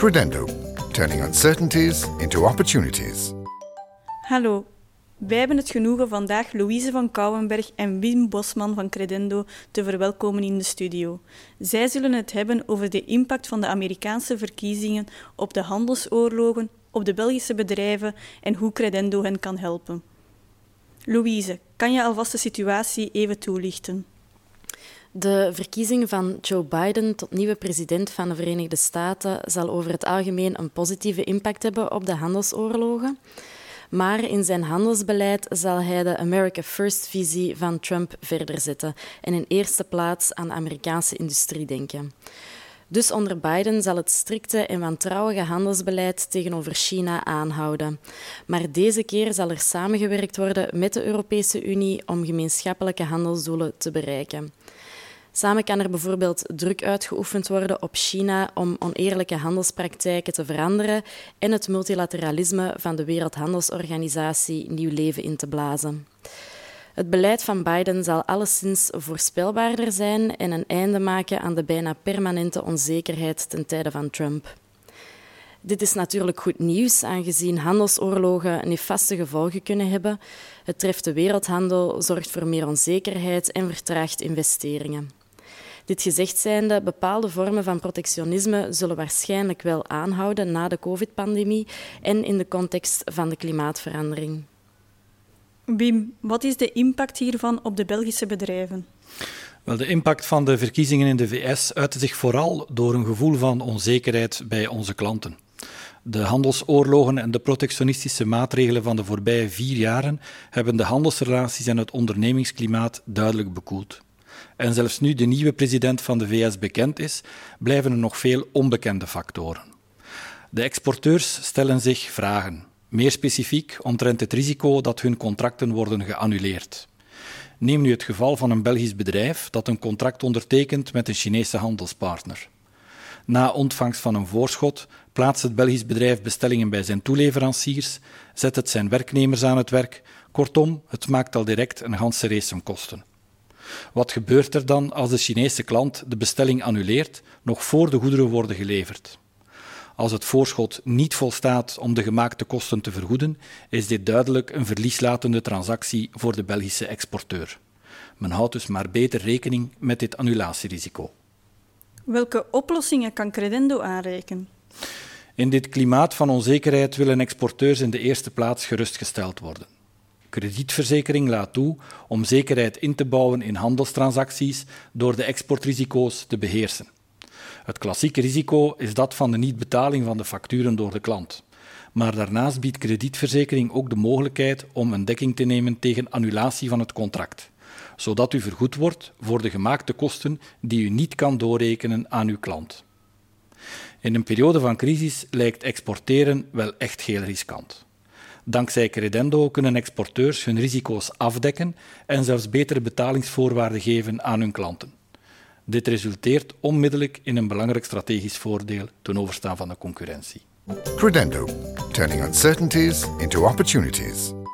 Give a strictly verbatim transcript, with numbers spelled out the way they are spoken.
Credendo, turning uncertainties into opportunities. Hallo, wij hebben het genoegen vandaag Louise van Kouwenberg en Wim Bosman van Credendo te verwelkomen in de studio. Zij zullen het hebben over de impact van de Amerikaanse verkiezingen op de handelsoorlogen, op de Belgische bedrijven en hoe Credendo hen kan helpen. Louise, kan je alvast de situatie even toelichten? De verkiezing van Joe Biden tot nieuwe president van de Verenigde Staten zal over het algemeen een positieve impact hebben op de handelsoorlogen. Maar in zijn handelsbeleid zal hij de America First-visie van Trump verder zetten en in eerste plaats aan de Amerikaanse industrie denken. Dus onder Biden zal het strikte en wantrouwige handelsbeleid tegenover China aanhouden. Maar deze keer zal er samengewerkt worden met de Europese Unie om gemeenschappelijke handelsdoelen te bereiken. Samen kan er bijvoorbeeld druk uitgeoefend worden op China om oneerlijke handelspraktijken te veranderen en het multilateralisme van de Wereldhandelsorganisatie nieuw leven in te blazen. Het beleid van Biden zal alleszins voorspelbaarder zijn en een einde maken aan de bijna permanente onzekerheid ten tijde van Trump. Dit is natuurlijk goed nieuws, aangezien handelsoorlogen nefaste gevolgen kunnen hebben. Het treft de wereldhandel, zorgt voor meer onzekerheid en vertraagt investeringen. Dit gezegd zijnde, bepaalde vormen van protectionisme zullen waarschijnlijk wel aanhouden na de covid-pandemie en in de context van de klimaatverandering. Wim, wat is de impact hiervan op de Belgische bedrijven? Wel, de impact van de verkiezingen in de V S uitte zich vooral door een gevoel van onzekerheid bij onze klanten. De handelsoorlogen en de protectionistische maatregelen van de voorbije vier jaren hebben de handelsrelaties en het ondernemingsklimaat duidelijk bekoeld. En zelfs nu de nieuwe president van de V S bekend is, blijven er nog veel onbekende factoren. De exporteurs stellen zich vragen, meer specifiek omtrent het risico dat hun contracten worden geannuleerd. Neem nu het geval van een Belgisch bedrijf dat een contract ondertekent met een Chinese handelspartner. Na ontvangst van een voorschot plaatst het Belgisch bedrijf bestellingen bij zijn toeleveranciers, zet het zijn werknemers aan het werk, kortom, het maakt al direct een ganse race kosten. Wat gebeurt er dan als de Chinese klant de bestelling annuleert, nog voor de goederen worden geleverd? Als het voorschot niet volstaat om de gemaakte kosten te vergoeden, is dit duidelijk een verlieslatende transactie voor de Belgische exporteur. Men houdt dus maar beter rekening met dit annulatierisico. Welke oplossingen kan Credendo aanreiken? In dit klimaat van onzekerheid willen exporteurs in de eerste plaats gerustgesteld worden. Kredietverzekering laat toe om zekerheid in te bouwen in handelstransacties door de exportrisico's te beheersen. Het klassieke risico is dat van de niet-betaling van de facturen door de klant. Maar daarnaast biedt kredietverzekering ook de mogelijkheid om een dekking te nemen tegen annulatie van het contract, zodat u vergoed wordt voor de gemaakte kosten die u niet kan doorrekenen aan uw klant. In een periode van crisis lijkt exporteren wel echt heel riskant. Dankzij Credendo kunnen exporteurs hun risico's afdekken en zelfs betere betalingsvoorwaarden geven aan hun klanten. Dit resulteert onmiddellijk in een belangrijk strategisch voordeel ten overstaan van de concurrentie. Credendo, turning uncertainties into opportunities.